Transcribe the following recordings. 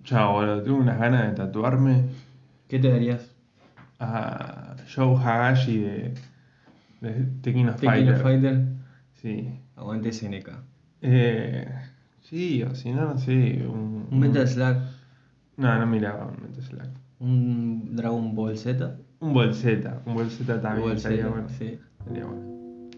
Chao, boludo, tengo unas ganas de tatuarme ¿Qué te darías? a Joe Hagashi de Tekken of Tekken Fighter. Fighter. Sí. Aguante SNK. Sí, o si no, no sé. Un Metal Slug. No miraba un Metal Slug. Un Dragon Ball Z. Un Bolseta también Ball estaría Z, bueno. sí. Estaría bueno.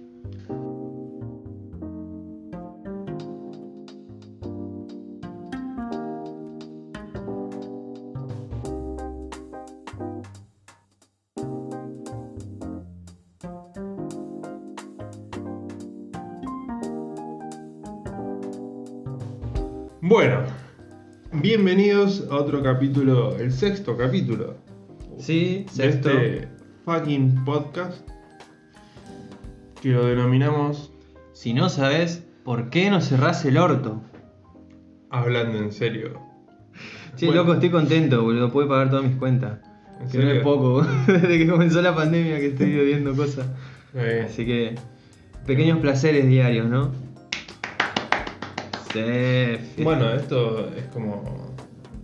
Bueno, bienvenidos a otro capítulo, el sexto capítulo Sí, de sexto. este fucking podcast que lo denominamos Si no sabes, ¿por qué no cerrás el orto? Hablando en serio. Che, Bueno, loco, estoy contento, boludo. Puedo pagar todas mis cuentas. ¿En Que no serio? es poco, desde que comenzó la pandemia que estoy viendo cosas. Así que, pequeños placeres diarios, ¿no? Sí. fiesta. Bueno, esto es como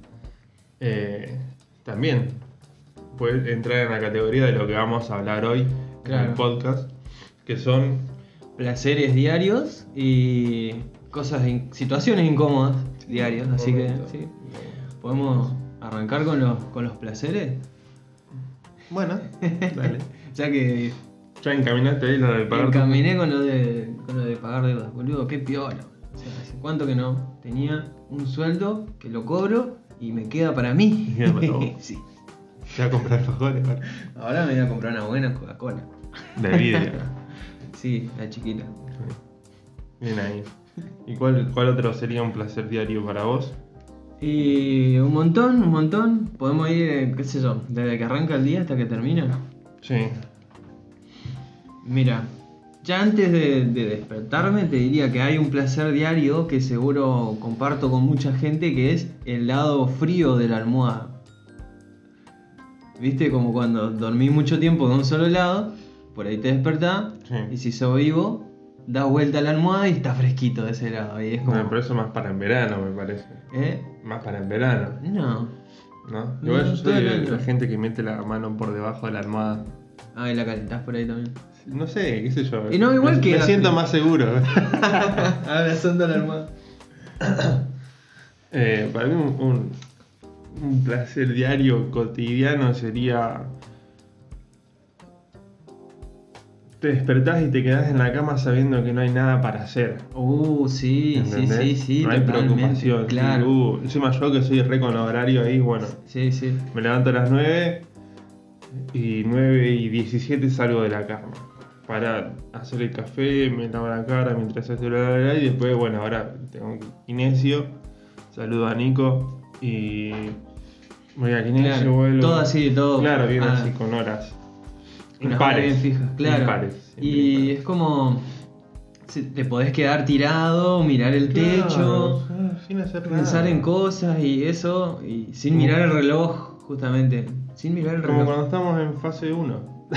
también puede entrar en la categoría de lo que vamos a hablar hoy en Claro. el podcast, que son Placeres diarios y situaciones incómodas diarias. Así que, momentos. sí. ¿Podemos arrancar con los placeres? Bueno, dale. Ya que Ya encaminaste ahí lo de pagar. encaminé con lo de pagar deudas, boludo, qué piola. O sea, hace cuánto que no tenía un sueldo que lo cobro y me queda para mí. Me queda para vos. Sí. Ya a comprar alfajores, ¿vale? Ahora me voy a comprar una buena Coca-Cola. De vidrio. Sí, la chiquita. Bien ahí. ¿Y cuál otro sería un placer diario para vos? Y un montón. Podemos ir, qué sé yo, desde que arranca el día hasta que termina. Sí. Mira, ya antes de despertarme te diría que hay un placer diario que seguro comparto con mucha gente, que es el lado frío de la almohada. ¿Viste? Como cuando dormí mucho tiempo de un solo lado, por ahí te despertás, Sí. y si sos vivo, das vuelta a la almohada y está fresquito de ese lado. Y es como... No, pero eso más para en verano, me parece. ¿Eh? Más para en verano, No. ¿no? No, Igual yo soy todo el de año. la gente que mete la mano por debajo de la almohada. Ah, y la calentás por ahí también. No sé, qué sé yo. Y no, igual me queda siento frío. más seguro. Abrazando la almohada. Para mí un placer diario cotidiano sería... Te despertás y te quedás en la cama sabiendo que no hay nada para hacer. Sí, ¿Entendés? sí, no hay totalmente, preocupación. claro. Encima yo que soy re con horario ahí, bueno, Sí. me levanto a las 9 y 9:17 salgo de la cama para hacer el café, me lavo la cara mientras hace y después, bueno, ahora tengo Kinesio, saludo a Nico y voy a Kinesio, Claro, vuelvo. todo así, todo. Claro, bien Ah. así, con horas. Unas horas bien fijas, claro. Impares, siempre Y impares. es como... te podés quedar tirado, mirar el techo, sin hacer pensar nada. en cosas y eso, y sin mirar el reloj, justamente. Sin mirar el Como reloj. cuando estamos en fase 1.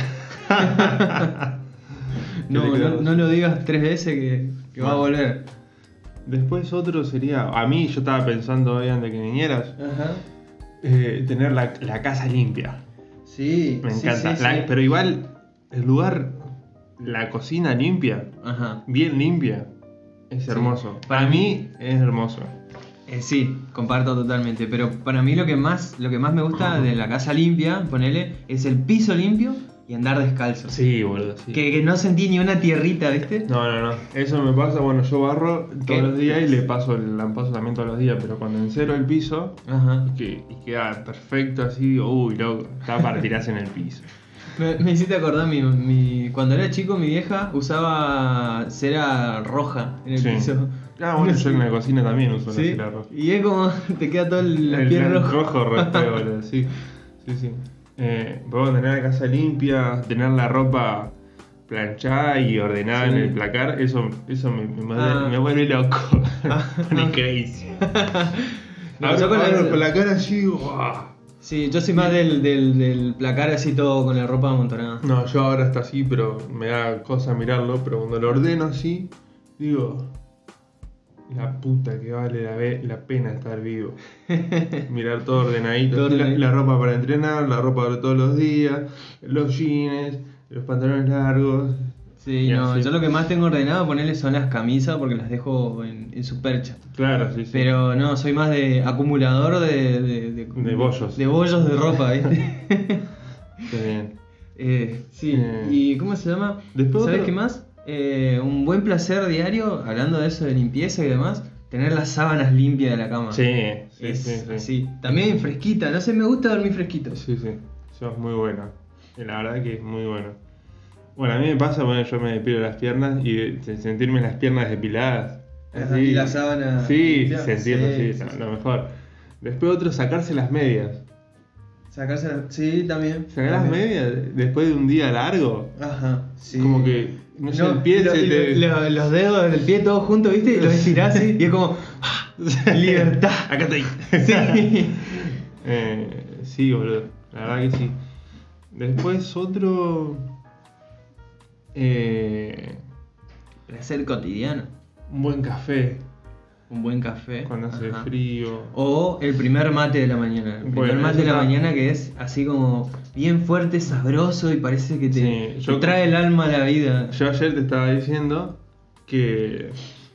No lo digas 3 veces que va a volver. Después otro sería, a mí yo estaba pensando hoy antes que vinieras, Ajá. tener la casa limpia. Sí, Me sí, encanta. sí. Pero igual, el lugar, la cocina limpia, Ajá. bien limpia, es Sí. hermoso. Para Para mí es hermoso. Sí, comparto totalmente. Pero para mí lo que más me gusta de la casa limpia, ponele, es el piso limpio y andar descalzo. Sí, boludo, sí. Que no sentí ni una tierrita, ¿viste? No. Eso me pasa, bueno, yo barro ¿Qué? todos los días y le paso también todos los días, pero cuando encero el piso Ajá. y queda perfecto así, digo, uy, loco, está para tirarse en el piso. Me hiciste acordar, cuando era chico mi vieja usaba cera roja en el Sí. piso. Ah, bueno, yo en la cocina también uso ¿Sí? la cera roja. Y es como te queda todo la piel El roja. rojo re feo, boludo, sí. Podemos tener la casa limpia, tener la ropa planchada y ordenada Sí. en el placar, eso Ah. me vuelve loco. Ni crazy. No, Ahora yo con la cara así, ¡guau! Sí, yo soy más del placar así todo con la ropa amontonada. No, yo ahora está así, pero me da cosa mirarlo, pero cuando lo ordeno así, digo, La puta que vale la pena estar vivo. Mirar todo ordenadito. Todo ordenadito. La ropa para entrenar, la ropa para todos los días, los jeans, los pantalones largos. Sí, Y no, así. yo lo que más tengo ordenado ponerle son las camisas porque las dejo en su percha. Claro, sí, sí. Pero no, soy más de acumulador De bollos. De bollos de ropa, ¿viste? Está bien. Sí, ¿y cómo se llama? Después ¿Sabes otro- qué más? Un buen placer diario, hablando de eso de limpieza y demás, tener las sábanas limpias de la cama. Sí, sí, Es sí, sí. así. También fresquita, no sé, me gusta dormir fresquito. Sí, sí. Eso es muy bueno. Y la verdad que es muy bueno. Bueno, a mí me pasa, bueno, yo me depilo las piernas y sentirme las piernas depiladas. Ajá, y la sábana Sí, limpia. sentirlo, Sí, sí, sí, lo mejor. Después otro, sacarse las medias. Sacarse sí, también. Sacar las medias después de un día largo. Ajá, sí. Como que, no sé, el pie se te... los dedos del pie todos juntos, ¿viste? Y los estirás así, y es como. ¡Libertad! Acá estoy. Sí. Sí, boludo. La verdad que sí. Después otro... Placer cotidiano. un buen café Un buen café. cuando hace Ajá. frío. O el primer mate de la mañana. El primer Bueno, mate de eso la está- mañana que es así como bien fuerte, sabroso y parece que te, Sí, yo- te trae el alma a la vida. Yo ayer te estaba diciendo que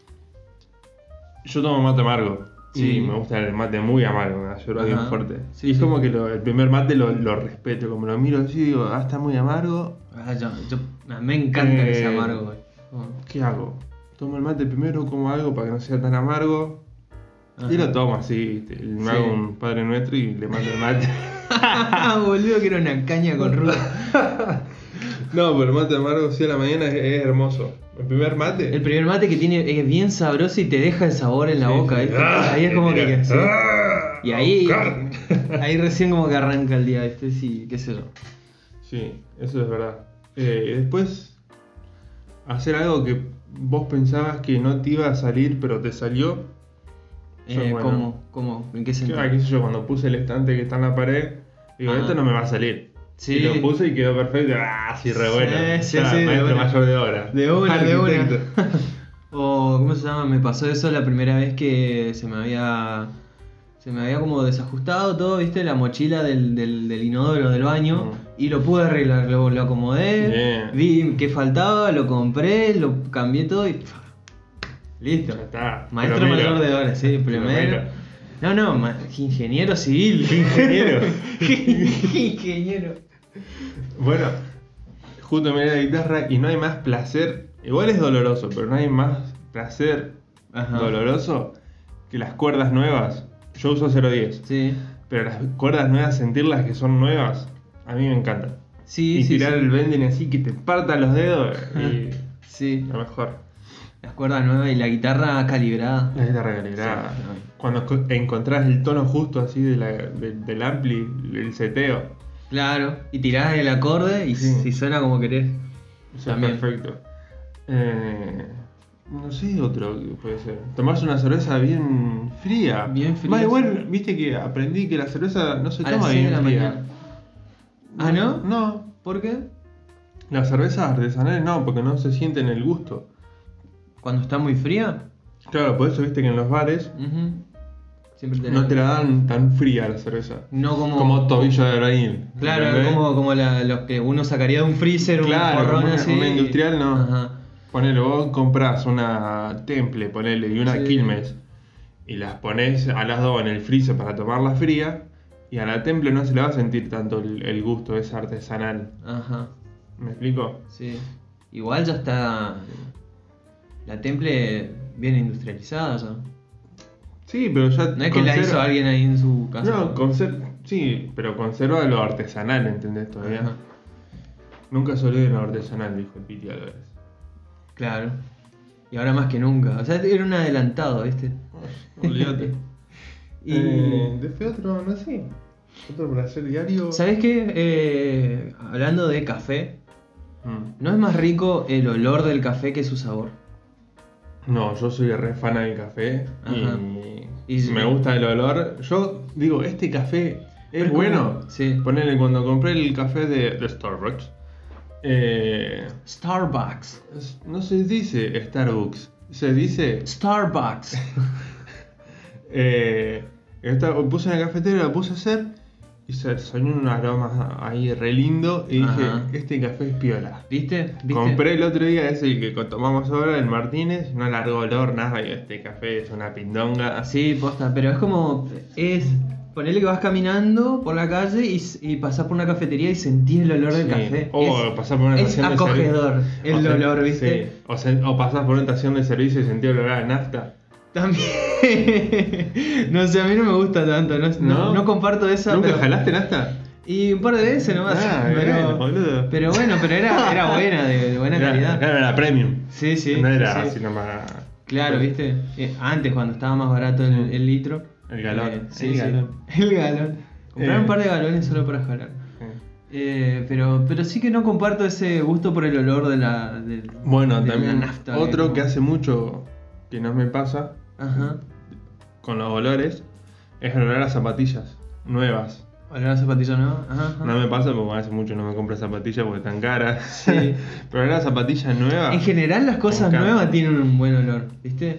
yo tomo mate amargo. Sí. Y me gusta el mate muy amargo, me ayuda bien Ajá. fuerte. Sí, y es sí. como que el primer mate lo respeto, como lo miro así, digo, está muy amargo, Me encanta que sea Eh, amargo, güey. Oh. ¿qué hago? Tomo el mate primero, como algo para que no sea tan amargo. Ajá. Y lo tomo así, ¿viste? Me Sí. hago un Padre Nuestro y le mando el mate. Boludo, que era una caña con ruda. No, pero el mate amargo sí a la mañana es hermoso. El primer mate. El primer mate que tiene es bien sabroso y te deja el sabor en la Sí, boca, sí. ¿viste? Ahí es como Mira. que. Sí. Y ahí, Carne. ahí recién como que arranca el día, ¿viste? Sí, qué sé yo. Sí, eso es verdad. Después, hacer algo que vos pensabas que no te iba a salir, pero te salió. Eso es bueno. ¿Cómo? ¿En qué sentido? Qué sé yo, cuando puse el estante que está en la pared, digo, Ah. esto no me va a salir. Sí. Y lo puse y quedó perfecto. Ah, sí, re bueno. Sí, Ya, sí, de maestro una. mayor de obra. De una. Arquitecto. O, ¿cómo se llama? Me pasó eso la primera vez que se me había como desajustado todo, ¿viste? La mochila del inodoro del baño. Y lo pude arreglar, lo acomodé. Bien. Vi que faltaba, lo compré, lo cambié todo y. Listo. Ya está. Maestro Plomero. mayor de obra, sí, primero. No, ingeniero civil. Ingeniero. Ingeniero. Bueno, justo miré la guitarra y no hay más placer. Igual es doloroso, pero no hay más placer Ajá. doloroso que las cuerdas nuevas. Yo uso 010, Sí. pero las cuerdas nuevas, sentirlas que son nuevas, a mí me encanta. Sí, y sí, tirar sí. el bending así que te partan los dedos y Sí. lo mejor. Las cuerdas nuevas y la guitarra calibrada. La guitarra calibrada. Sí. Cuando encontrás el tono justo así del ampli, el seteo. Claro. Y tirás el acorde y Sí. si suena como querés. Eso También. es perfecto. No sé otro que puede ser. Tomarse una cerveza bien fría. Bien fría, Va, igual, sí. viste que aprendí que la cerveza no se A las toma 6 bien de la fría. mañana. ¿Ah, no? No. ¿Por qué? Las cervezas artesanales no, porque no se sienten el gusto. Cuando está muy fría. Claro, por eso viste que en los bares Ujú. Siempre tenés. no te la dan tan fría la cerveza. No como. Como tobillo de albañil. Claro, ¿entendés? como los que uno sacaría de un freezer, Claro, un porrón como así. una industrial no. Ajá. Ponele, vos comprás una Temple, ponele, y una Sí. Quilmes, y las pones a las dos en el freezer para tomarla fría, y a la Temple no se le va a sentir tanto el gusto, es artesanal. Ajá. ¿Me explico? Sí. Igual ya está. La Temple bien industrializada ya. Sí, pero ya. No es que la hizo alguien ahí en su casa. No, sí, pero conserva lo artesanal, ¿entendés? Todavía. Ajá. Nunca se olviden lo artesanal, dijo el Piti Álvarez. Claro. Y ahora más que nunca. O sea, era un adelantado, ¿viste? Olvídate. Y. Después otro, no sé. Otro para hacer diario. ¿Sabés qué? Hablando de café, Mm. ¿no es más rico el olor del café que su sabor? No, yo soy re fan del café Ajá. y Y- me gusta el olor. Yo digo, este café es Pero bueno. ¿cómo? Sí. Ponele, cuando compré el café de Starbucks, Starbucks. no se dice Starbucks, Se dice... Starbucks. Puse en la cafetera, la puse a hacer y se salió un aroma ahí re lindo y dije, este café es piola. ¿Viste? Compré el otro día ese que tomamos ahora, el Martínez, no largó olor, nada, y este café es una pindonga. Sí, posta, pero es como, ponele que vas caminando por la calle y pasás por una cafetería y sentís el olor del café. O pasás por una estación de servicio. Es acogedor el olor, ¿viste? Sí. O pasás por una estación de servicio y sentís el olor a nafta. También. No sé, a mí no me gusta tanto, no comparto esa. ¿Nunca jalaste nafta? Y un par de veces nomás. Pero bueno, era buena, de buena calidad. Era premium. Sí. No era así nomás. Claro, ¿viste? Antes, cuando estaba más barato el litro. El galón. El galón. Comprar un par de galones solo para jalar. Pero sí que no comparto ese gusto por el olor de la también nafta. Otro que hace mucho que no me pasa con los olores es el olor a las zapatillas nuevas. ¿Olor a zapatillas nuevas? Ajá. No me pasa porque hace mucho no me compro zapatillas porque están caras. Sí. Pero olor a zapatillas nuevas. En general las cosas nuevas tienen un buen olor, ¿viste?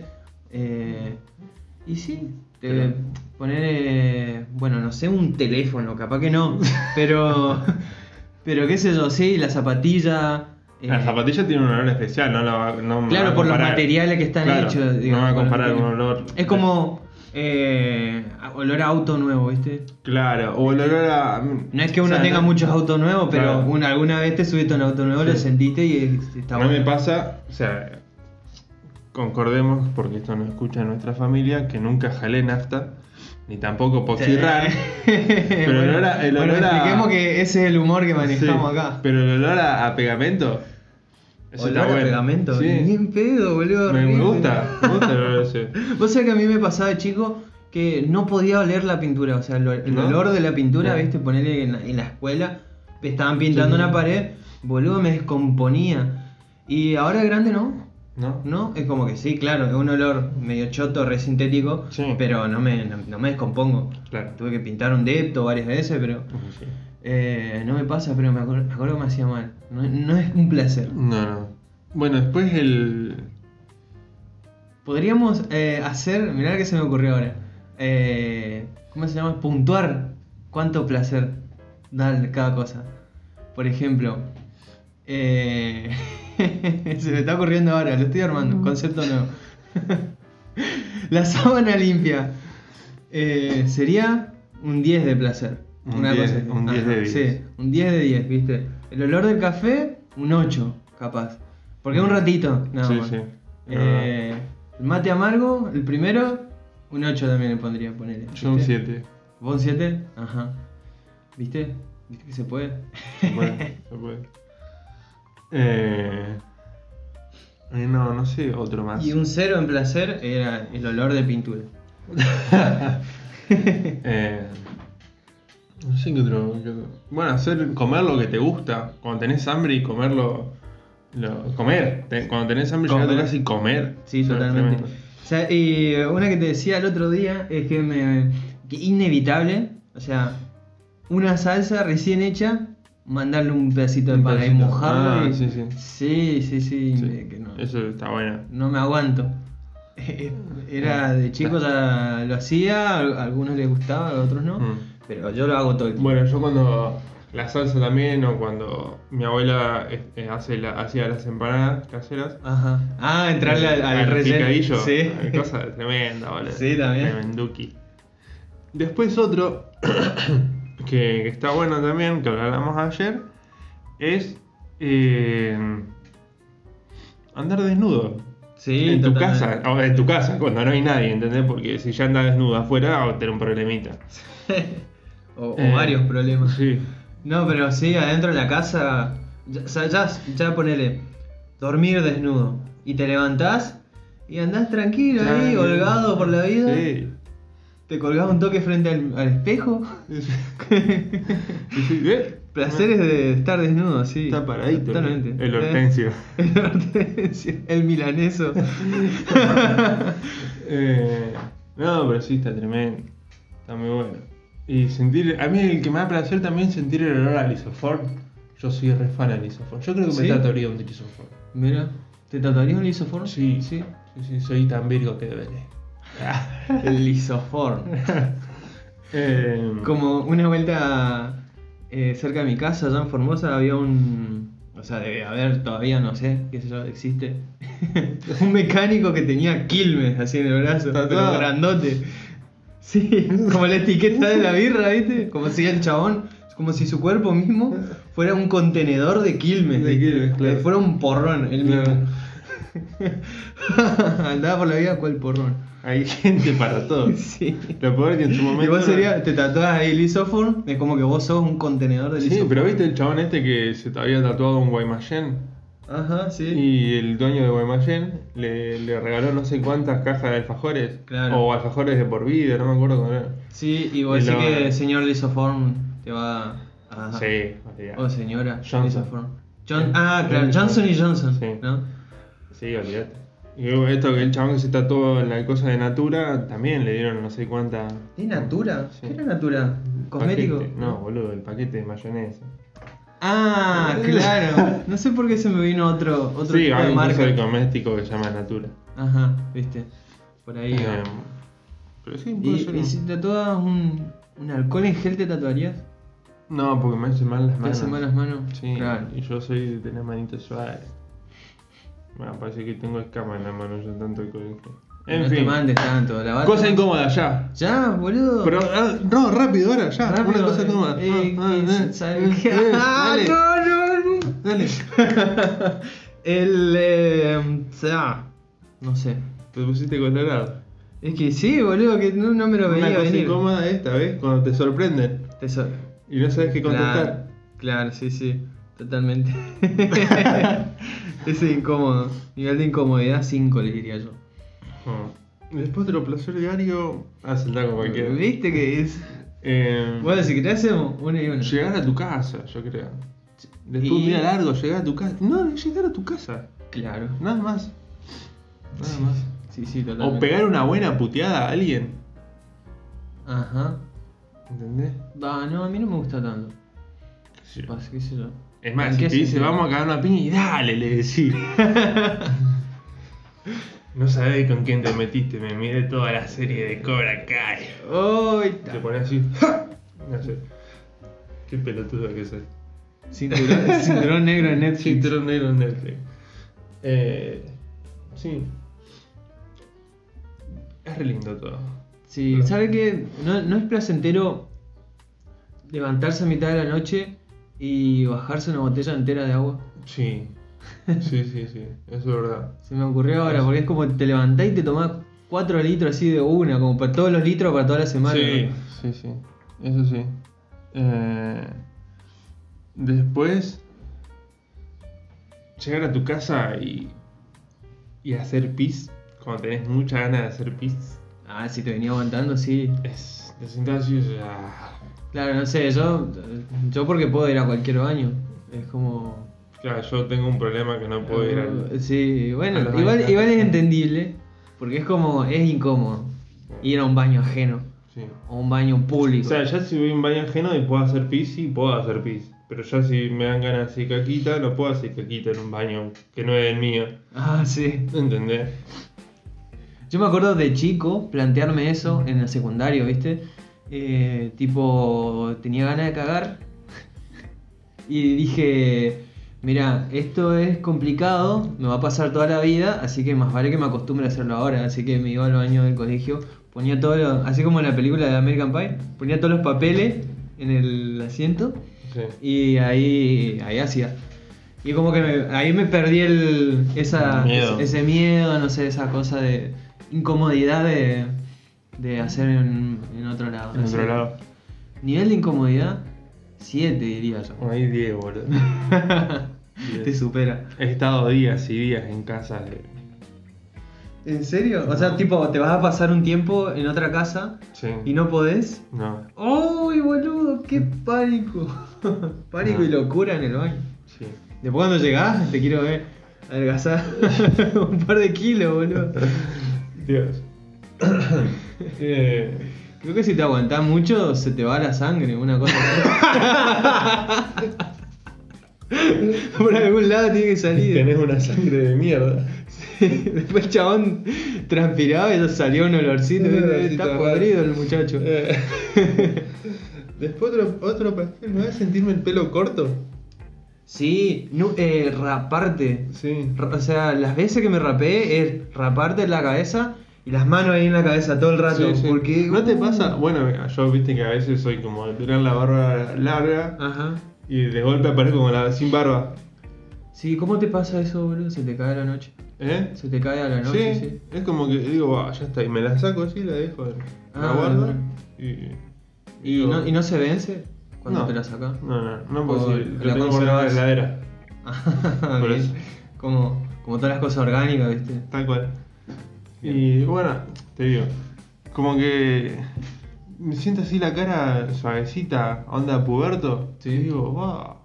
Y sí, poner, bueno, no sé, un teléfono, capaz que no, pero qué sé yo, sí, la zapatilla. La zapatilla tiene un olor especial, no claro, por los materiales que están hechos. Digamos, no va a comparar un olor. Es como olor a auto nuevo, ¿viste? Claro, o el olor a. No es que uno tenga muchos autos nuevos, pero alguna vez te subiste a un auto nuevo, lo sentiste y está bueno. No me pasa, o sea, concordemos, porque esto no escucha nuestra familia, que nunca jalé nafta, ni tampoco pochirrar. Pero el olor a. Expliquemos que ese es el humor que manejamos acá. Pero el olor a pegamento. Eso está bueno. Pegamento, sí. Ni en pedo, boludo. Me gusta el olor ese. Vos sabés que a mí me pasaba de chico que no podía oler la pintura, o sea, el olor de la pintura, viste, ponerle en la escuela, estaban pintando una pared, boludo, me descomponía. Y ahora de grande no, es como que sí, claro, es un olor medio choto, re sintético, pero no me descompongo. Claro. Tuve que pintar un depto varias veces, pero no me pasa, pero me acuerdo que me hacía mal. No es un placer. No. Bueno, después podríamos hacer, mirá lo que se me ocurrió ahora. ¿Cómo se llama? Puntuar cuánto placer da cada cosa. Por ejemplo, se me está ocurriendo ahora, lo estoy armando, concepto nuevo. La sábana limpia sería un 10 de placer. Un 10 de 10. Sí, un 10 de 10, ¿viste? El olor del café, un 8, capaz. Porque es un ratito, nada más. Sí. El mate amargo, el primero, un 8 también le pondría, ponele. Yo un 7. ¿Vos un 7? Ajá. ¿Viste? ¿Viste que se puede? Se puede. No sé, otro más. Y un 0 en placer era el olor de pintura. No sé qué otro. Bueno, comer lo que te gusta. Cuando tenés hambre y comerlo. Comer. Cuando tenés hambre, llegar a tu casa y comer. Sí, totalmente. O sea, y una que te decía el otro día es que inevitable. O sea, una salsa recién hecha, mandarle un pedacito de pan y mojarlo. Sí. Que no, eso está bueno. No me aguanto. Era de chico, ya lo hacía, a algunos les gustaba, a otros no. Pero yo lo hago todo el tiempo. Bueno, yo cuando la salsa también, o cuando mi abuela hacía las empanadas caseras. Ajá. Entrarle al picadillo. Sí. Cosa tremenda, boludo. Sí, también. Tremenduki. Después otro que está bueno también, que hablamos ayer, es andar desnudo. Sí, en tu casa, o en tu casa, cuando no hay nadie, ¿entendés? Porque si ya andas desnudo afuera, va a tener un problemita. o varios problemas. Sí. No, pero sí, adentro de la casa, ya ponele, dormir desnudo. Y te levantás y andás tranquilo ahí, holgado por la vida. Sí. Te colgás un toque frente al espejo. Placeres de estar desnudo, sí. Está paradito. Totalmente. El hortensio. El milaneso. No, pero sí, está tremendo. Está muy bueno. Y a mí el que me da placer también sentir el olor al lisoform. Yo soy re fan del lisoform. Yo creo que me tatuaría un lisoform. Mira, ¿te tatuarías un lisoform? Sí. Sí, soy tan virgo que duele. El lisoform. Como una vuelta cerca de mi casa, allá en Formosa, había un... O sea, debe haber todavía, no sé, qué sé yo, existe. Un mecánico que tenía Quilmes así en el brazo, pero grandote. Sí, como la etiqueta de la birra, ¿viste? Como si el chabón, como si su cuerpo mismo fuera un contenedor de Quilmes. De Quilmes, claro. Fuera un porrón, él mismo. Claro. Andaba por la vida cual porrón. Hay gente para todo. Sí. Lo peor es que en su momento. Y vos te tatuás ahí lisoform, es como que vos sos un contenedor de lisoform. Sí, pero viste el chabón este que se te había tatuado un Guaymallén. Ajá, sí. Y el dueño de Guaymallén le regaló no sé cuántas cajas de alfajores. Claro. O alfajores de por vida, no me acuerdo cómo era. Sí, y vos decís que el señor lisoform te va a. Sí, o señora Johnson. lisoform. Claro, Johnson y Johnson, sí. ¿no? Sí, olvídate. Y esto que el chabón que se tatuó en la cosa de Natura, también le dieron no sé cuánta. ¿Es Natura? Sí. ¿Qué era Natura? ¿Cosmético? Paquete. No, boludo, el paquete de mayonesa. Ah, claro. No sé por qué se me vino otro Sí, tipo hay de un marca. coso de cosmético que se llama Natura. Ajá, viste. Por ahí. Pero sí, puede ser. ¿Y si te tatuabas un alcohol en gel, te tatuarías? No, porque me hacen mal las ¿Te manos. hacen mal las manos? Sí, Claro. y yo soy de tener manitos suaves. Bueno, parece que tengo escamas en la mano yo tanto alcohol en gel. En No fin. te mandes tanto, lavate. Cosa incómoda, ya. Ya, boludo. Pero, no, rápido ahora, ya. Rápido, Una cosa incómoda. ¿sabes qué? Dale. No. Dale. No sé. Te pusiste colorado. Es que sí, boludo, que no me lo veía Una cosa venir. incómoda esta, ¿ves? Cuando te sorprenden y no sabes qué contestar. Claro, sí, totalmente. Ese incómodo. Nivel de incomodidad 5 le diría yo. Después de lo placer diario, saltar con cualquiera. ¿Viste que es? Bueno, si querés hacemos una y una. Llegar a tu casa, yo creo. Después de un día largo, llegar a tu casa. No, llegar a tu casa. Claro. Nada más. Nada más. Sí, totalmente. O pegar una buena puteada a alguien. Ajá. ¿Entendés? No, a mí no me gusta tanto. Sí. ¿Qué sé yo? Es más, ¿En si qué te dice sentido? vamos a cagar una piña y dale, le decís. No sabés con quién te metiste, me miré toda la serie de Cobra Kai. ¡Uy! Te pones así. No sé. Qué pelotudo que soy. Cinturón negro en Netflix. Cinturón negro en Netflix. Sí. Es re lindo todo. Sí, ¿sabe qué? No es placentero levantarse a mitad de la noche y bajarse una botella entera de agua. Sí. Sí, eso es verdad. Se me ocurrió ahora, porque es como te levantás y te tomás 4 litros así de una, como para todos los litros para toda la semana. Sí, ¿no? sí, eso sí. Después, llegar a tu casa y hacer pis, cuando tenés mucha ganas de hacer pis, Ah, si te venía aguantando, sí. te sentás así y Claro, no sé, yo porque puedo ir a cualquier baño. Es como... claro, yo tengo un problema que no puedo ir al... Sí, bueno, a los igual baños. es entendible, porque es incómodo ir a un baño ajeno Sí. o un baño O público. sea, ya si voy a un baño ajeno y puedo hacer pis, sí puedo hacer pis. Pero ya si me dan ganas de hacer caquita, no puedo hacer caquita en un baño que no es el mío. Ah, sí. ¿Entendés? Yo me acuerdo de chico plantearme eso en el secundario, ¿viste? Tipo, tenía ganas de cagar y dije, mira, esto es complicado, me va a pasar toda la vida, así que más vale que me acostumbre a hacerlo ahora. Así que me iba al baño del colegio, ponía así como en la película de American Pie, ponía todos los papeles en el asiento Sí. y ahí hacía. Y como que ahí me perdí Miedo. ese miedo, no sé, esa cosa de incomodidad de hacer en otro lado. En otro lado. Nivel de incomodidad, 7 diría yo. Ahí 10, boludo. Te supera. He estado días y días en casa de... ¿En serio? O sea, tipo, te vas a pasar un tiempo en otra casa Sí. y no podés. No, ¡Uy, boludo! ¡Qué pánico! Pánico y locura en el baño. sí. Después cuando llegás, te quiero ver adelgazar un par de kilos, boludo. Dios. Creo que si te aguantás mucho, se te va la sangre, una cosa así. Por algún lado tiene que salir. Tenés una sangre de mierda. Después el chabón transpiraba y salió un olorcito. Un ¿viste? olorcito Está raro. podrido el muchacho. Después otro pastel, ¿me vas a sentirme el pelo corto? Sí, no, raparte. Sí. O sea, las veces que me rapé es raparte la cabeza y las manos ahí en la cabeza todo el rato. Sí, sí. Porque, ¿No te pasa? Bueno, yo viste que a veces soy como de tener la barba larga Ajá. y de golpe aparezco como sin barba. Sí, ¿cómo te pasa eso, boludo? ¿Se te cae a la noche? ¿Eh? ¿Se te cae a la noche? Sí. Es como que digo, "Bah, ya está", y me la saco así, la dejo, la Ah, guardo bueno. y ¿Y digo, no se vence cuando No. te la sacas? no puedo O decir, la lo tengo guardado en la conservas. heladera, por Bien. eso. Como todas las cosas orgánicas, ¿viste? Tal cual. Bien. Y bueno, te digo, como que me siento así la cara suavecita, onda puberto. Sí. Y digo, wow.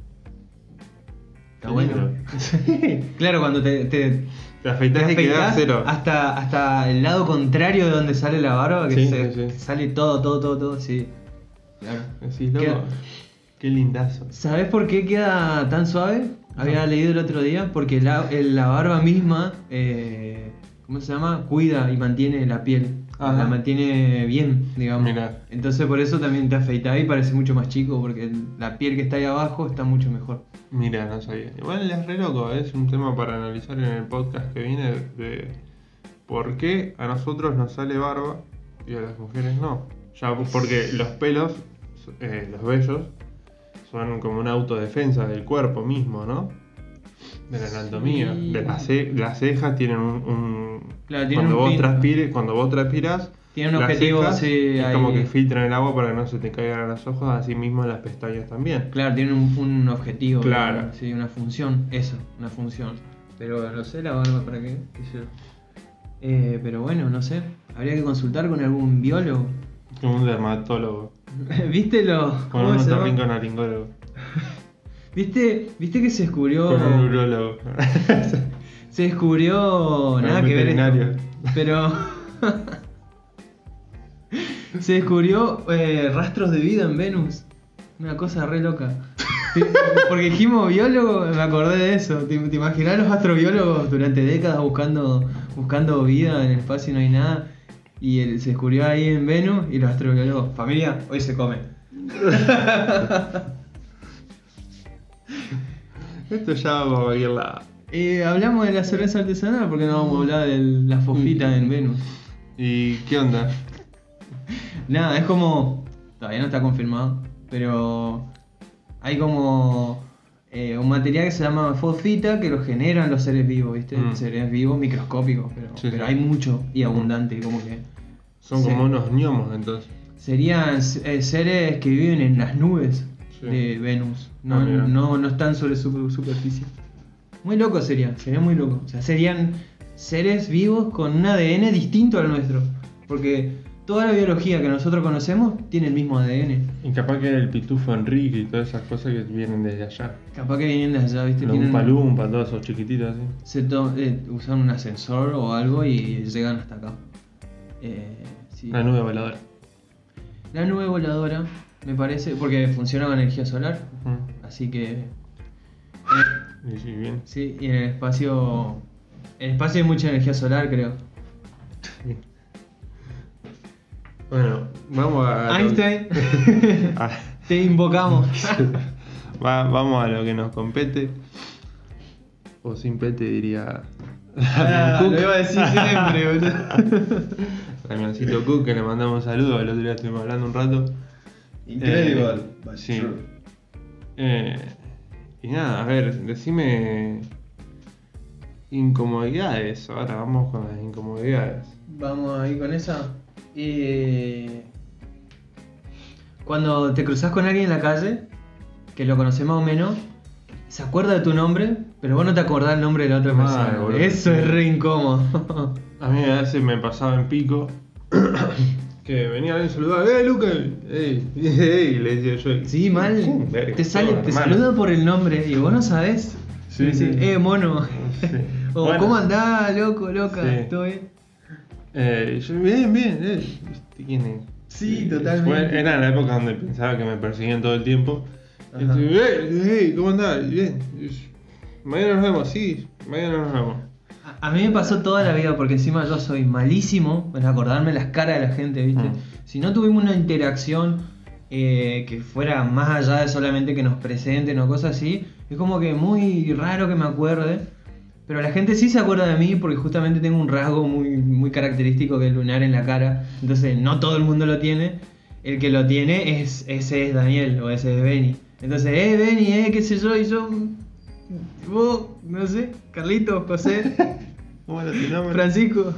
Está bueno. Claro, cuando te afeitas y queda cero. hasta el lado contrario de donde sale la barba, que Sí, se sí, sí. sale todo, sí. Claro. Decís, loco, Queda- qué lindazo. ¿Sabes por qué queda tan suave? Había leído el otro día, porque la barba misma, ¿cómo se llama? Cuida y mantiene la piel. Ajá. La mantiene bien, digamos. Mirá. Entonces por eso también te afeitás y parece mucho más chico, porque la piel que está ahí abajo está mucho mejor. Mira, no sabía. Igual es re loco, es un tema para analizar en el podcast que viene de por qué a nosotros nos sale barba y a las mujeres no. Ya porque los pelos, los vellos, son como una autodefensa del cuerpo mismo, ¿no? De la anatomía. Sí. De las cejas tienen un Claro, tienen cuando un vos fin. cuando vos transpiras, Tiene un las objetivo, cejas sí, es ahí. como que filtran el agua para que no se te caigan a los ojos, así mismo las pestañas también. Claro, tiene un objetivo. Claro. Sí, una función. Eso, una función. Pero no sé la barba para qué. qué sé yo. Pero bueno, no sé. Habría que consultar con algún biólogo. Como un dermatólogo. ¿Viste lo. Con ¿Cómo un se llama? otorrinolaringólogo. ¿Viste que se descubrió. Con un urólogo. Se descubrió. Con Nada un que ver veterinario. esto, pero. Se descubrió rastros de vida en Venus. Una cosa re loca. Porque dijimos biólogo, me acordé de eso. ¿Te imaginás los astrobiólogos durante décadas buscando vida en el espacio y no hay nada? Y se descubrió ahí en Venus y los astrobiólogos, familia, hoy se come. Esto ya va para cualquier lado. Hablamos de la cerveza artesanal, porque no vamos a hablar de la fofita en Venus. ¿Y qué onda? Nada, es como. Todavía no está confirmado, pero hay como un material que se llama fosfita que lo generan los seres vivos, ¿viste? Seres vivos microscópicos, pero Sí. hay mucho y abundante, como que. Son Sí. como unos gnomos entonces. Serían seres que viven en las nubes Sí. de Venus, Ah, mira. no están sobre su superficie. Muy loco sería muy loco. O sea, serían seres vivos con un ADN distinto al nuestro, porque toda la biología que nosotros conocemos tiene el mismo ADN. Y capaz que el pitufo Enrique y todas esas cosas que vienen desde allá. Capaz que vienen de allá, ¿viste? Los Umpa Lumpa, todos esos chiquititos así. Usan un ascensor o algo y llegan hasta acá. Sí. La nube voladora. La nube voladora, me parece, porque funciona con energía solar, Ujú. así que. Y sí, bien. Sí, y en el espacio. En el espacio hay mucha energía solar, creo. Bueno, vamos a. Einstein, Ah, te invocamos. vamos a lo que nos compete. O sin pete diría. Lo iba a decir siempre, boludo. Ramioncito Cook, que le mandamos saludos. El otro día estuvimos hablando un rato. Incredible, but sí. true. Y nada, a ver, decime. Incomodidades. Ahora vamos con las incomodidades. Vamos ahí con esa. Cuando te cruzas con alguien en la calle, que lo conoces más o menos, se acuerda de tu nombre, pero vos no te acordás el nombre de la otra Mal, persona. boludo. Eso es re incómodo. A mí a veces me pasaba en Pico que venía alguien y saludaba, Lucas! ¡Ey! ¡Ey! Le decía yo. Sí, mal. Verga, Te hermano. saluda por el nombre y vos no sabés. Sí, Y decís, sí. mono. Sí. O Bueno, ¿cómo andás, loco, loca? Sí. ¿Todo bien? Yo, bien, ¿Viste quién es? Sí, totalmente. Era la época donde pensaba que me perseguían todo el tiempo Y dice, ¿cómo andás? Bien. Mañana nos vemos, sí, mañana nos vemos. A mí me pasó toda la vida porque encima yo soy malísimo en acordarme las caras de la gente, ¿viste? Si no tuvimos una interacción que fuera más allá de solamente que nos presenten o cosas así, es como que muy raro que me acuerde. Pero la gente sí se acuerda de mí porque justamente tengo un rasgo muy característico que es el lunar en la cara. Entonces no todo el mundo lo tiene. El que lo tiene ese es Daniel o ese es Benny. Entonces, Benny, qué sé yo, y yo... Vos, no sé, Carlitos, José, Bueno, tu nombre. Francisco.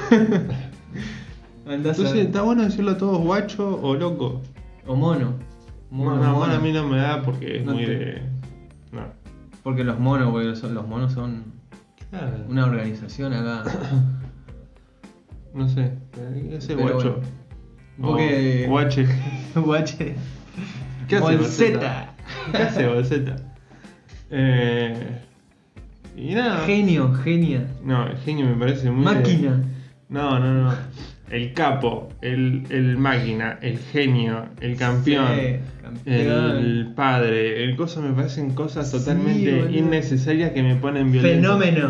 Entonces, ¿está bueno decirlo a todos guacho o loco? O mono. Mono a mí no me da porque es No muy te- de... No. Porque los monos, los monos son Claro. una organización acá. No sé, ese Pero guacho. bueno. Porque... Guache. Guache. ¿Qué hace Bolseta. ¿Qué hace Bolseta? Y nada. Genio, genia. No, el genio me parece muy... Máquina. No. El capo, el máquina, el genio, el campeón, Sí, campeón. el padre, el cosa me parecen cosas Sí, totalmente boludo. innecesarias que me ponen violentos. Fenómeno.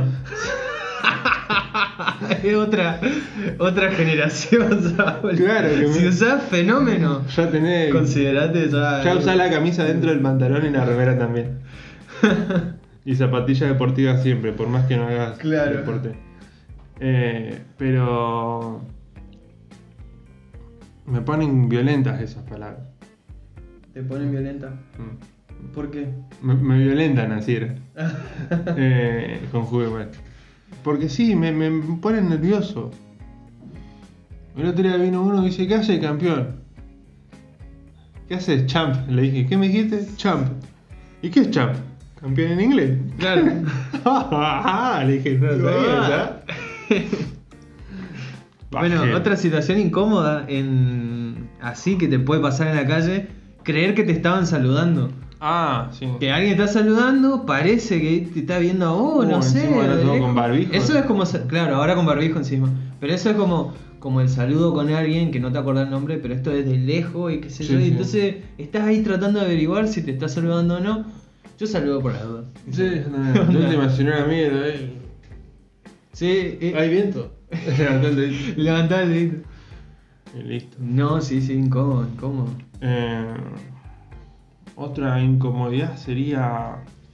Es otra generación, ¿sabes? Claro que Si me- usás fenómeno, Ya tenés. considerate ya. Ya usás la camisa dentro del pantalón y la remera también. Y zapatillas deportivas siempre, por más que no hagas Claro. deporte. Pero me ponen violentas esas palabras. ¿Te ponen violenta? Mm. ¿Por qué? Me violentan así. Conjugue mal. Porque sí, me ponen nervioso. El otro día vino uno y dice, ¿qué haces, campeón? ¿Qué haces, champ? Le dije, ¿qué me dijiste? Champ. ¿Y qué es champ? ¿Campeón en inglés? Claro. Le dije, no sabía, Bueno, otra situación incómoda así que te puede pasar en la calle, creer que te estaban saludando. Ah, sí. Que alguien está saludando, parece que te está viendo a vos, no sé. encima ahora de todo lejos. con barbijo. Eso es como, claro, ahora con barbijo encima. Pero eso es como el saludo con alguien que no te acordás el nombre, pero esto es de lejos y qué sé Sí, yo. Y sí. entonces estás ahí tratando de averiguar si te está saludando o no. Yo saludo por la duda. Sí, no, yo te imaginé a mí, Sí, ¿hay viento? Levantá el dedito. levantá el dedito. Y listo. No, sí, incómodo. Otra incomodidad sería...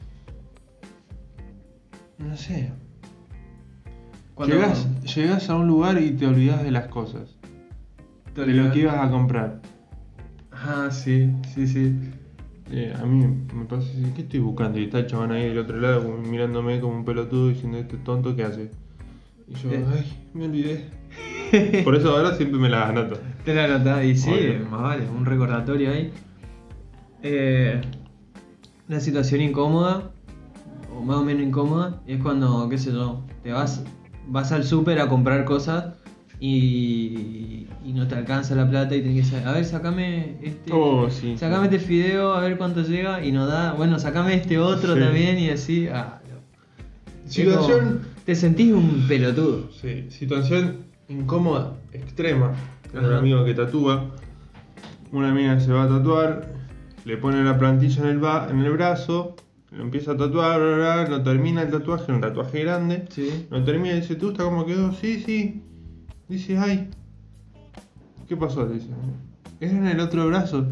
No sé. Cuando- Llegás a un lugar y te olvidás de las cosas. De lo que ibas a comprar. Ah, sí. A mí me pasa así, ¿qué estoy buscando? Y está el chabón ahí del otro lado como mirándome como un pelotudo diciendo, este tonto, ¿qué hace? Y yo, ay, me olvidé. Por eso ahora siempre me las anoto. Te la anotás y sí, Obvio. más vale, un recordatorio ahí. Una situación incómoda, o más o menos incómoda, es cuando, qué sé yo, te vas al súper a comprar cosas y no te alcanza la plata y tenés que decir, a ver, sacame Sí. sacame este fideo, a ver cuánto llega, y no da, bueno, sacame este otro Sí. también y así, no. Situación... Es como, te sentís un pelotudo. Sí, situación incómoda, extrema. Tengo un Ajá. amigo que tatúa. Una mina se va a tatuar, le pone la plantilla en el brazo, lo empieza a tatuar, bla, bla, bla, no termina el tatuaje, un tatuaje grande. Sí. No termina y dice, ¿te gusta cómo quedó? Sí. Dice, ay. ¿Qué pasó? Dice, era en el otro brazo.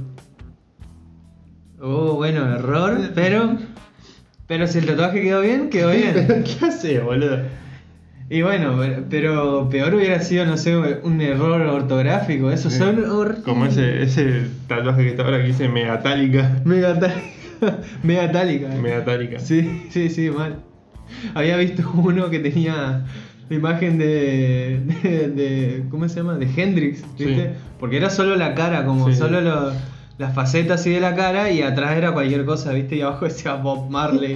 Oh, bueno, error, pero si el tatuaje quedó bien, quedó bien. ¿Qué hace, boludo? Y bueno, pero peor hubiera sido, no sé, un error ortográfico. Esos Sí. son horribles. Como ese tatuaje que está ahora que dice megatálica. Megatálica. Megatálica. Sí, mal. Había visto uno que tenía la imagen de ¿cómo se llama? De Hendrix, ¿viste? Sí. Porque era solo la cara, como Sí. solo las facetas así de la cara y atrás era cualquier cosa, ¿viste? Y abajo decía Bob Marley.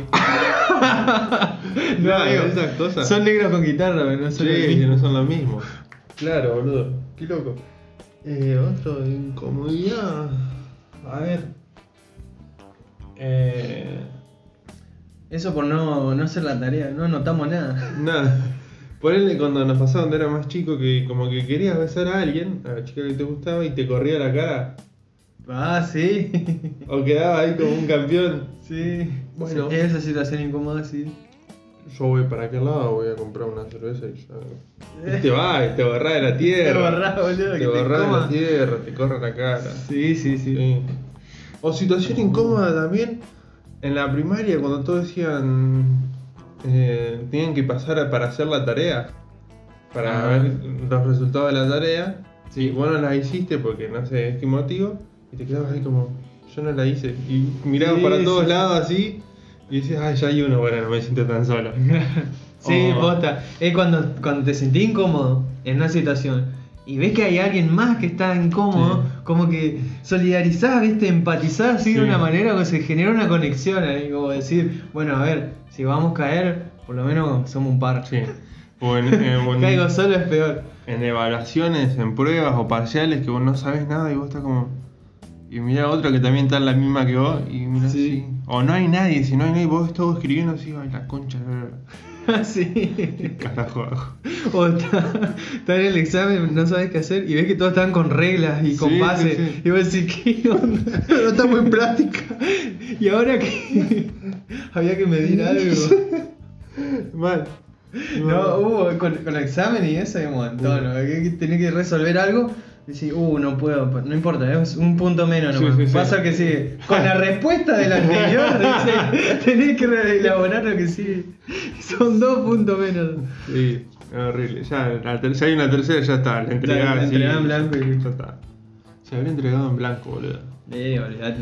No, digo, esas cosas. son negros con guitarra, pero no son el Sí, mismo. no son lo mismo. Claro, boludo. Qué loco. Otro incomodidad. A ver. Eso por no hacer la tarea, no anotamos nada. Nada. Ponele cuando nos pasaba cuando era más chico que como que querías besar a alguien, a la chica que te gustaba y te corría la cara. Ah, sí. O quedaba ahí como un campeón. Sí. Bueno. Esa situación incómoda, sí. Yo voy para aquel lado, voy a comprar una cerveza y ya. Y te vas, y te borrás de la tierra. Te borrás, boludo. Te que borrás de coma. la tierra, te corre la cara. Sí, sí, sí. Sí. O situación incómoda también en la primaria cuando todos decían tenían que pasar para hacer la tarea, para ver los resultados de la tarea. Sí. Y vos no la hiciste porque no sé qué motivo y te quedabas ahí como yo no la hice y mirabas Sí, para todos sí. lados así y decías ay ya hay uno, bueno no me siento tan solo. Sí, O- posta. Es cuando te sentís incómodo en una situación y ves que hay alguien más que está incómodo, Sí. como que solidarizás, viste, empatizás así de Sí. una manera que se genera una conexión ahí, como decir, bueno, a ver, si vamos a caer, por lo menos somos un par. Sí. O en, Caigo solo es peor. en evaluaciones, en pruebas o parciales que vos no sabes nada y vos estás como. Y mira otro que también está en la misma que vos y mira Sí. así. O no hay nadie, si no hay nadie, vos estás escribiendo así, ay la concha, Sí. ¿qué carajo hago? O está en el examen, no sabes qué hacer y ves que todos están con reglas y con Sí, pases. sí, sí. Y vos decís, ¿qué onda? No estamos en práctica. Y ahora que había que medir algo. Mal. No, con el examen y eso hay un montón. ¿no? Que tenés que resolver algo. Decís, no puedo, no importa, es un punto menos Sí, nomás. sí, sí. Pasa que sigue. Con la respuesta del anterior, dice, tenés que elaborar lo que sigue. Son 2 puntos menos. Sí, es horrible. Ya, si hay una tercera ya está, la entregás La así, entregás en blanco y ya está. Se habría entregado en blanco, boludo. Olvidate.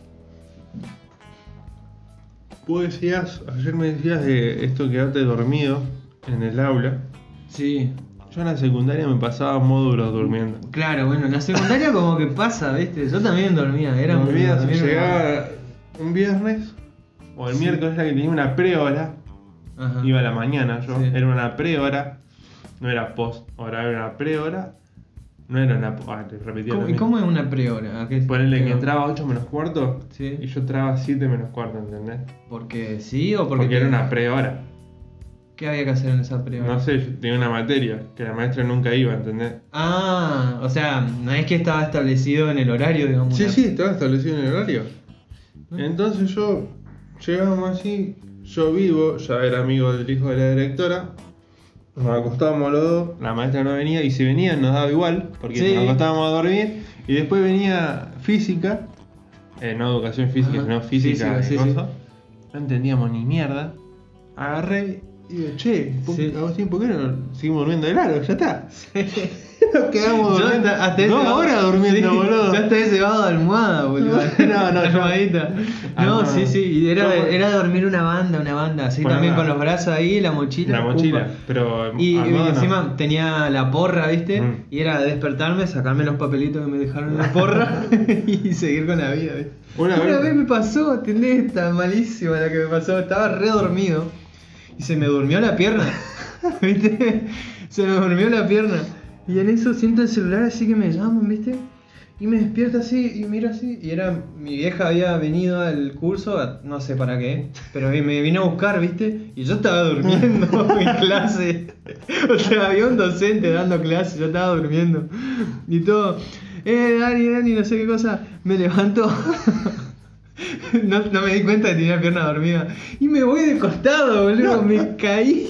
Vos decías, ayer me decías de esto quedarte dormido en el aula. Sí. Yo en la secundaria me pasaba módulos durmiendo. Claro, bueno, en la secundaria como que pasa, ¿viste? Yo también dormía, era un Dormía, también era- llegaba un viernes o el Sí. miércoles era que tenía una pre-hora. Ajá. Iba a la mañana yo, Sí. era una pre-hora, no era post-hora, era una pre-hora, no era una. Te repetía lo ¿Y mismo. cómo es una pre-hora? ¿A qué- Ponele que qué- entraba 8 menos cuarto Sí. y yo entraba 7 menos cuarto, ¿entendés? ¿Porque sí o porque, Porque era una pre-hora. ¿Qué había que hacer en esa pre-hora? No sé, yo tenía una materia que la maestra nunca iba, ¿entendés? Ah, o sea, no es que estaba establecido en el horario, digamos. Sí, la- sí, estaba establecido en el horario. Entonces yo, llegábamos así, yo vivo, ya era amigo del hijo de la directora, nos acostábamos los dos, la maestra no venía y si venía nos daba igual, porque Sí. nos acostábamos a dormir y después venía física, no educación física, Ajá, sino física, física, y sí, cosas. No entendíamos ni mierda. Agarré y digo, che, Sí. Agustín, ¿por qué no seguimos durmiendo de largo? Ya está. Nos quedamos Yo durmiendo. hasta ese 2 lado- horas durmiendo, sí, boludo. Yo hasta ese lado de almohada, boludo. No, no, yo- Almohadita. No, Almohada. sí, sí. Y era, Yo- era dormir una banda, así Bueno, también nada. con los brazos ahí, la mochila. La mochila, pumba. pero Y armado no. encima tenía la porra, ¿viste? Mm. Y era despertarme, sacarme los papelitos que me dejaron en la porra y seguir con la vida, ¿viste? Una Una vez- vez me pasó, ¿entendés? Esta malísima la que me pasó. Estaba re dormido y se me durmió la pierna, ¿viste? Se me durmió la pierna. Y en eso siento el celular así que me llaman, ¿viste? Y me despierto así y miro así. Y era, mi vieja había venido al curso, no sé para qué, pero me vino a buscar, ¿viste? Y yo estaba durmiendo en clase. O sea, había un docente dando clase, yo estaba durmiendo. Y todo, Dani, no sé qué cosa. Me levanto. No me di cuenta que tenía la pierna dormida. Y me voy de costado, boludo. Me caí.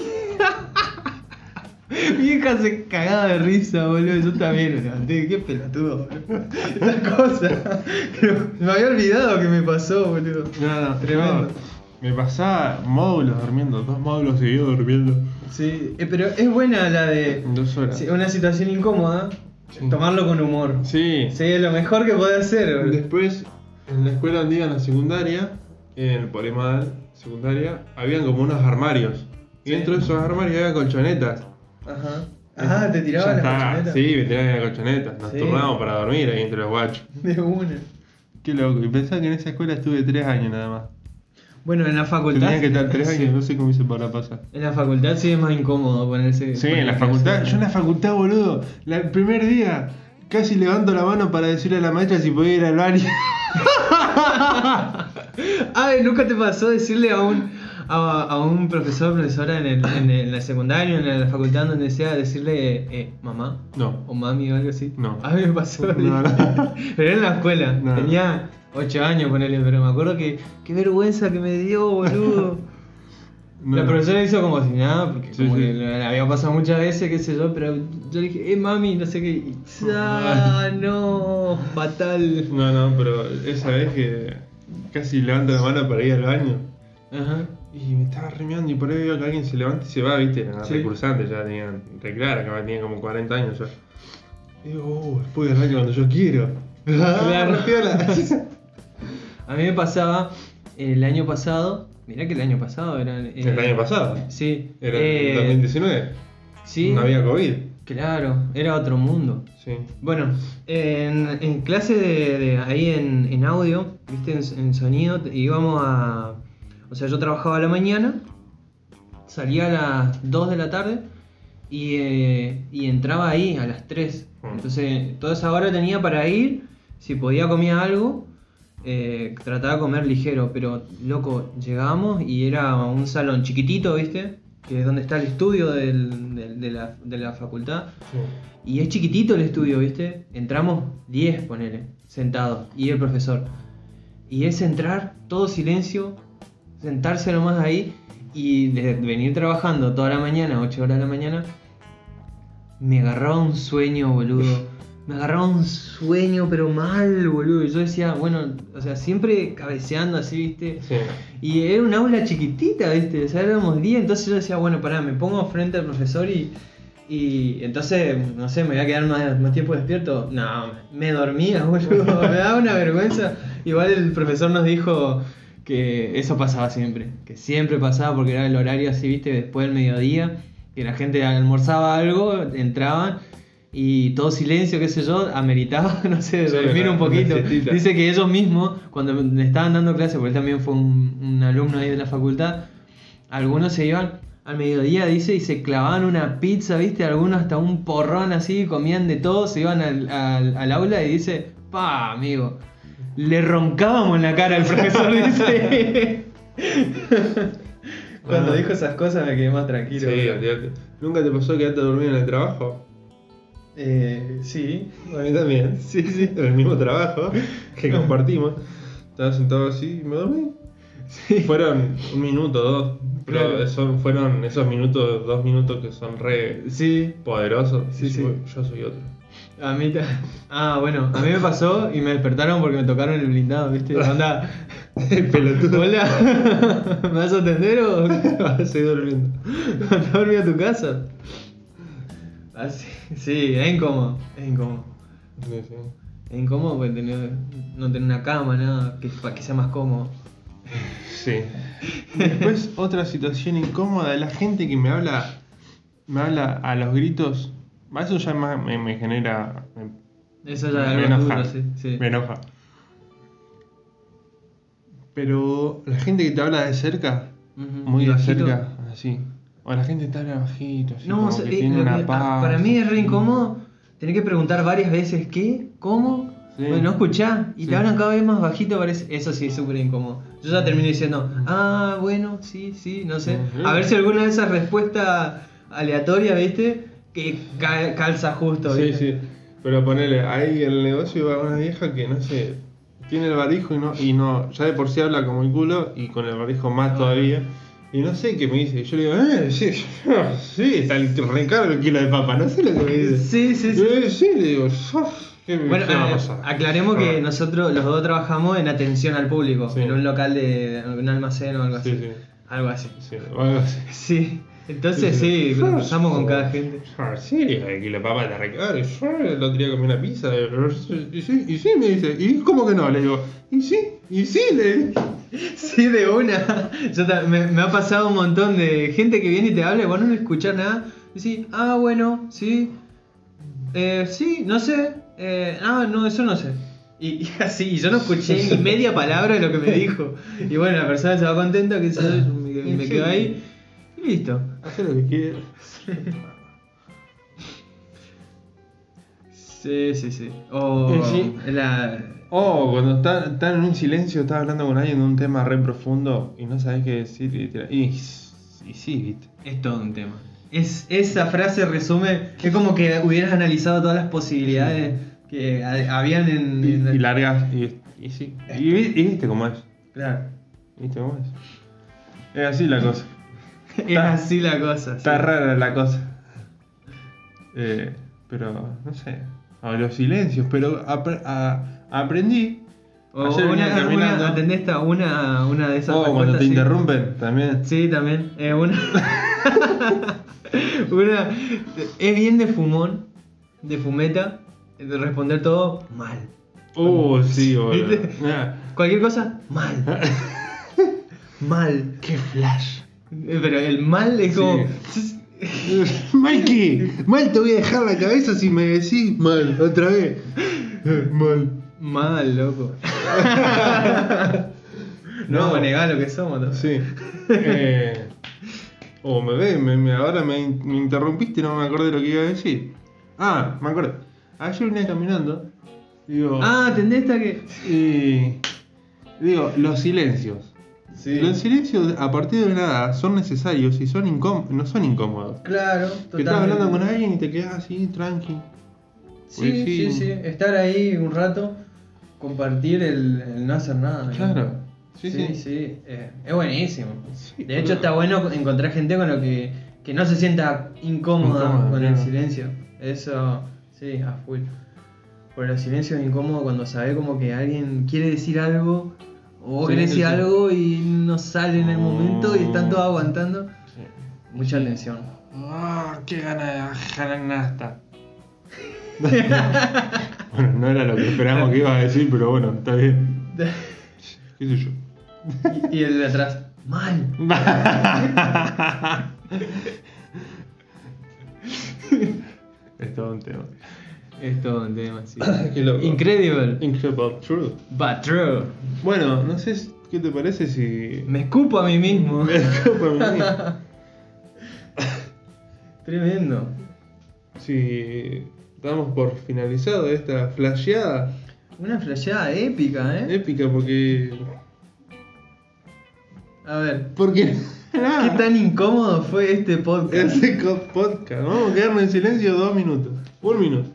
Mi hija se cagaba de risa, boludo. Yo también me levanté. Qué pelotudo, boludo. Esa cosa. Pero me había olvidado que me pasó, boludo. No, Tremendo. no. Me pasaba módulos durmiendo, 2 módulos seguidos durmiendo. Sí, pero es buena la de 2 horas. sí, una situación incómoda, Sí. tomarlo con humor. Sí. Sí, es lo mejor que podés hacer, boludo. Después, en la escuela donde iba en la secundaria, en el Polimal secundaria, habían como unos armarios. Y Sí. dentro de esos armarios había colchonetas. Ajá. Ah, te Ya tiraban las está. colchonetas. Sí, me tiraban las colchonetas. Nos Sí. turnábamos para dormir ahí entre los guachos. De una. Qué loco. Y pensaba que en esa escuela estuve 3 años nada más. Bueno, en la Que facultad. tenían que estar 3 Sí. años, no sé cómo hice para pasar. En la facultad sí es más incómodo ponerse. Sí, en la facultad. Yo en la facultad, boludo. El primer día casi levanto la mano para decirle a la maestra si podía ir al baño. Ay, ¿nunca te pasó decirle a un profesora en el secundario, en la facultad, donde sea, decirle mamá No. o mami o algo así? No. A mí me pasó. No. Pero era en la escuela. No. Tenía 8 años, ponele, pero me acuerdo que qué vergüenza que me dio, boludo. No. La profesora hizo como si nada, porque Sí, como sí. que le había pasado muchas veces, qué sé yo, pero yo le dije, mami, no sé qué. Y, no, fatal. No, pero esa vez que casi levanto la mano para ir al baño. Ajá. Y me estaba remeando y por ahí veo que alguien se levanta y se va, viste, era Sí. recursante, ya tenían re clara, que tenía como 40 años ya. Y digo, después del baño cuando yo quiero. Claro. Piola. A mí me pasaba el año pasado, mirá que el año pasado era... El año pasado. Sí. Era el 2019. Sí. No había COVID. Claro, era otro mundo. Sí. Bueno, en clase de ahí en audio, viste, en sonido, íbamos a... O sea, yo trabajaba a la mañana, salía a las 2 de la tarde y entraba ahí a las 3. Entonces, toda esa hora tenía para ir, si podía comía algo, trataba de comer ligero, pero loco, llegábamos y era un salón chiquitito, viste, que es donde está el estudio de la facultad. Sí. Y es chiquitito el estudio, ¿viste? Entramos 10, ponele, sentados, y el profesor. Y es entrar, todo silencio, sentarse nomás ahí, y de venir trabajando toda la mañana, 8 horas de la mañana, me agarraba un sueño, boludo. Me agarraba un sueño, pero mal, boludo. Y yo decía, bueno, o sea, siempre cabeceando así, ¿viste? Sí. Y era un aula chiquitita, ¿viste? O sea, éramos 10, entonces yo decía, bueno, pará, me pongo frente al profesor y entonces, no sé, me voy a quedar más tiempo despierto. No, me dormía, boludo, me daba una vergüenza. Igual el profesor nos dijo que eso pasaba siempre, que siempre pasaba porque era el horario así, ¿viste? Después del mediodía, que la gente almorzaba algo, entraban y todo silencio, qué sé yo, ameritaba, no sé, Sí, dormir un poquito. una siestita. Dice que ellos mismos, cuando le estaban dando clase, porque él también fue un alumno ahí de la facultad, algunos se iban al mediodía, dice, y se clavaban una pizza, ¿viste? Algunos hasta un porrón así, comían de todo, se iban al aula y dice, pa, amigo, le roncábamos en la cara al profesor, dice. Cuando dijo esas cosas me quedé más tranquilo. Sí, olvídate. ¿Nunca te pasó quedarte dormido en el trabajo? Sí. A mí también. Sí, sí. En el mismo trabajo que compartimos. Estaba sentado así y me dormí. Sí. Fueron 1 minuto, 2. Pero Claro. fueron esos minutos, 2 minutos que son re Sí. poderosos. Sí, Y sí. Yo soy otro. A mí bueno, a mí me pasó y me despertaron porque me tocaron el blindado, ¿viste? Onda, Pelotudo. hola, ¿me vas a atender o Estoy durmiendo. te dormí a tu casa? Así, sí, es incómodo, es incómodo. Sí, sí. Es incómodo porque no tener una cama, nada, para que sea más cómodo. Sí. Después, otra situación incómoda, la gente que me habla a los gritos. Eso ya me genera. Eso ya Me es algo enoja. duro, sí. Me enoja. Pero la gente que te habla de cerca, Ujú. muy ¿Y de bajito? cerca, así. O la gente que te habla bajito, así. No, como o sea, que tiene una paz. para mí es re así. incómodo tener que preguntar varias veces ¿qué? ¿Cómo? Sí. Bueno, no escuchás y Sí. te hablan cada vez más bajito, parece. Eso sí es súper incómodo. Yo ya termino diciendo, bueno, sí, no sé. Ujú. A ver si alguna de esas respuestas aleatorias, ¿viste? Que calza justo, Sí, ¿viste? sí. Pero ponele, ahí en el negocio va una vieja que no sé, tiene el barbijo y no, ya de por sí habla como el culo y con el barbijo más todavía. Y no sé qué me dice. Yo le digo, sí, está el recargo el kilo de papa, no sé lo que me dice. Sí. Sí, le digo, ¿qué Bueno, qué va a pasar? aclaremos que Ah. nosotros los dos trabajamos en atención al público, Sí. en un local de un almacén o algo así. Sí, sí. Algo así. Sí, o algo así. Sí, entonces sí, cruzamos con cada gente. Sí, el kilo de papa te recargo. Yo el otro día comí una pizza. Y sí, me dice. ¿Y cómo que no? Le digo, y sí, le digo. Sí, de una. Me ha pasado un montón de gente que viene y te habla y vos no escuchás nada. Y sí, bueno, sí. Sí, no sé. No, eso no sé. Y así, yo no escuché ni media palabra de lo que me dijo. Y bueno, la persona se va contenta que me quedo ahí y listo. Hace lo que quieras. Sí. O Sí. O cuando están en un silencio, estás hablando con alguien de un tema re profundo y no sabes qué decir y sí, viste. Es todo un tema. Esa frase resume, es como que hubieras analizado todas las posibilidades que habían en Y largas y sí. Y viste cómo es. Claro. ¿Viste cómo es? Es así la cosa. Es así la cosa. Está sí. rara la cosa. Pero, no sé. A los silencios, pero aprendí. O Ayer venía caminando. ¿Atendés una de esas Cuando respuestas, te sí? interrumpen también. Sí, también. Una. Es bien de fumón, de fumeta, de responder todo mal. Sí, boludo. ¿Viste? Mirá. Cualquier cosa, mal. Mal. ¡Qué flash! Pero el mal es como. Mikey, mal te voy a dejar la cabeza si me decís mal otra vez. Mal. Mal, loco. No vamos a negar lo que somos. ¿no? Sí. Ahora me interrumpiste y no me acordé lo que iba a decir. Ah, me acuerdo. Ayer venía caminando. Digo. ¿Entendés esta que? Y. Digo, los silencios. Sí. Los silencios a partir de nada son necesarios y no son incómodos. Claro, Que estás totalmente. hablando con alguien y te quedas así, tranqui. Sí. Estar ahí un rato, compartir el no hacer nada. Claro. ¿no? Sí. Es buenísimo. Sí, De hecho, boludo. está bueno encontrar gente con lo que no se sienta incómoda con el claro. silencio. Eso, sí, a full. Por los silencios es incómodo cuando sabes como que alguien quiere decir algo o vos Sí, querés decir sí. algo y no sale en el momento y están todos aguantando. Sí. Mucha tensión. ¡Qué gana de nasta! Bueno, no era lo que esperamos que ibas a decir, pero bueno, está bien. ¿Qué sé yo? Y el de atrás, mal. Es todo un tema. Es todo un tema, sí. Qué loco. Incredible, Incredible true. but true. Bueno, no sé qué te parece si. Me escupo a mí mismo. Me escupo a mí. Tremendo. Si damos por finalizado esta flasheada Una flasheada épica, épica porque. A ver, Porque. ¿qué tan incómodo fue este podcast? Ese podcast. Vamos a quedarnos en silencio 2 minutos. 1 minuto.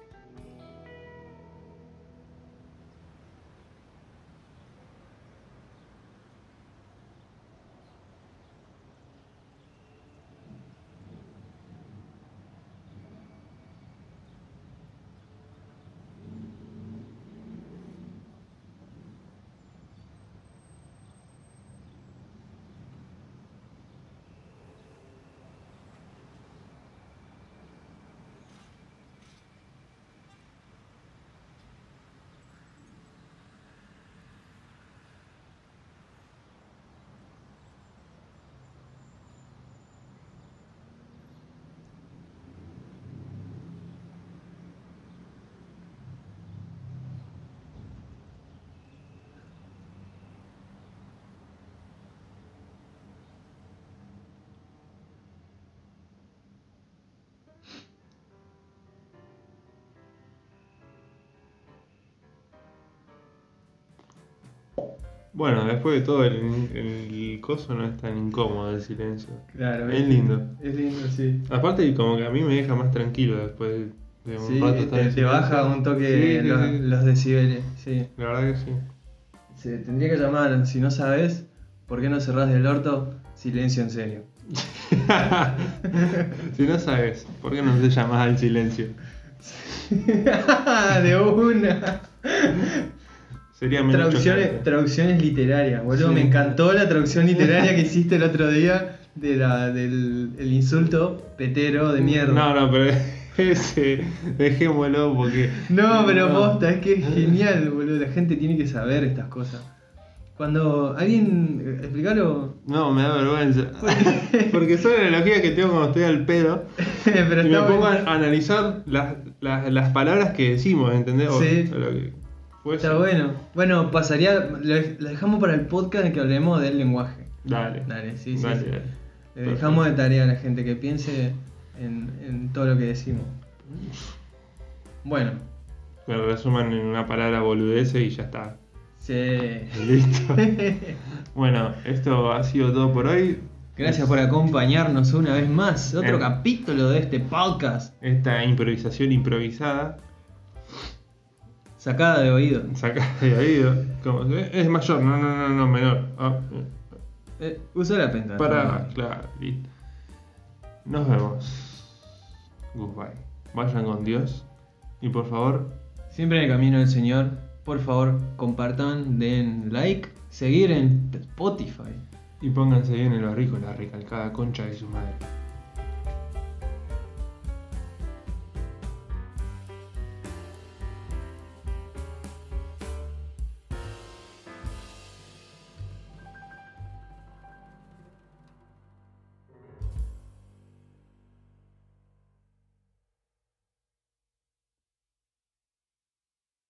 Bueno, después de todo el coso no es tan incómodo el silencio. Claro, Es lindo. Es lindo, sí. Aparte como que a mí me deja más tranquilo después de un Sí, rato estar en te silencio. baja un toque Sí, sí. los decibeles, sí. La verdad que sí. Se tendría que llamar, si no sabes, ¿por qué no cerrás del orto? Silencio en serio. Si no sabes, ¿por qué no te llamas al silencio? De una. Sería menos chocante. Traducciones literarias, boludo. Sí. Me encantó la traducción literaria que hiciste el otro día del el insulto petero de mierda. No, pero ese dejémoslo porque. No, pero posta, es que es genial, boludo. La gente tiene que saber estas cosas. Cuando alguien. Explícalo. No, me da vergüenza. Porque son analogías que tengo cuando estoy al pedo. Pero Y me está pongo bueno. a analizar las palabras que decimos, ¿entendés? Sí. O lo que puede Está ser. bueno. Bueno, pasaría. Lo dejamos para el podcast en que hablemos del lenguaje. Dale. Dale, sí. Dale. Le dejamos de tarea a la gente que piense en todo lo que decimos. Bueno, que lo resuman en una palabra boludez y ya está. Sí. Listo. Bueno, esto ha sido todo por hoy. Gracias por acompañarnos una vez más. Otro En- capítulo de este podcast. Esta improvisación improvisada. Sacada de oído. Saca de oído. Como, es mayor, no, menor. Usa la penta. Para, claro, listo. Nos vemos. Goodbye. Vayan con Dios. Y por favor, Siempre en el camino del Señor. Por favor, compartan, den like, seguir en Spotify. y pónganse bien en lo rico, la recalcada concha de su madre.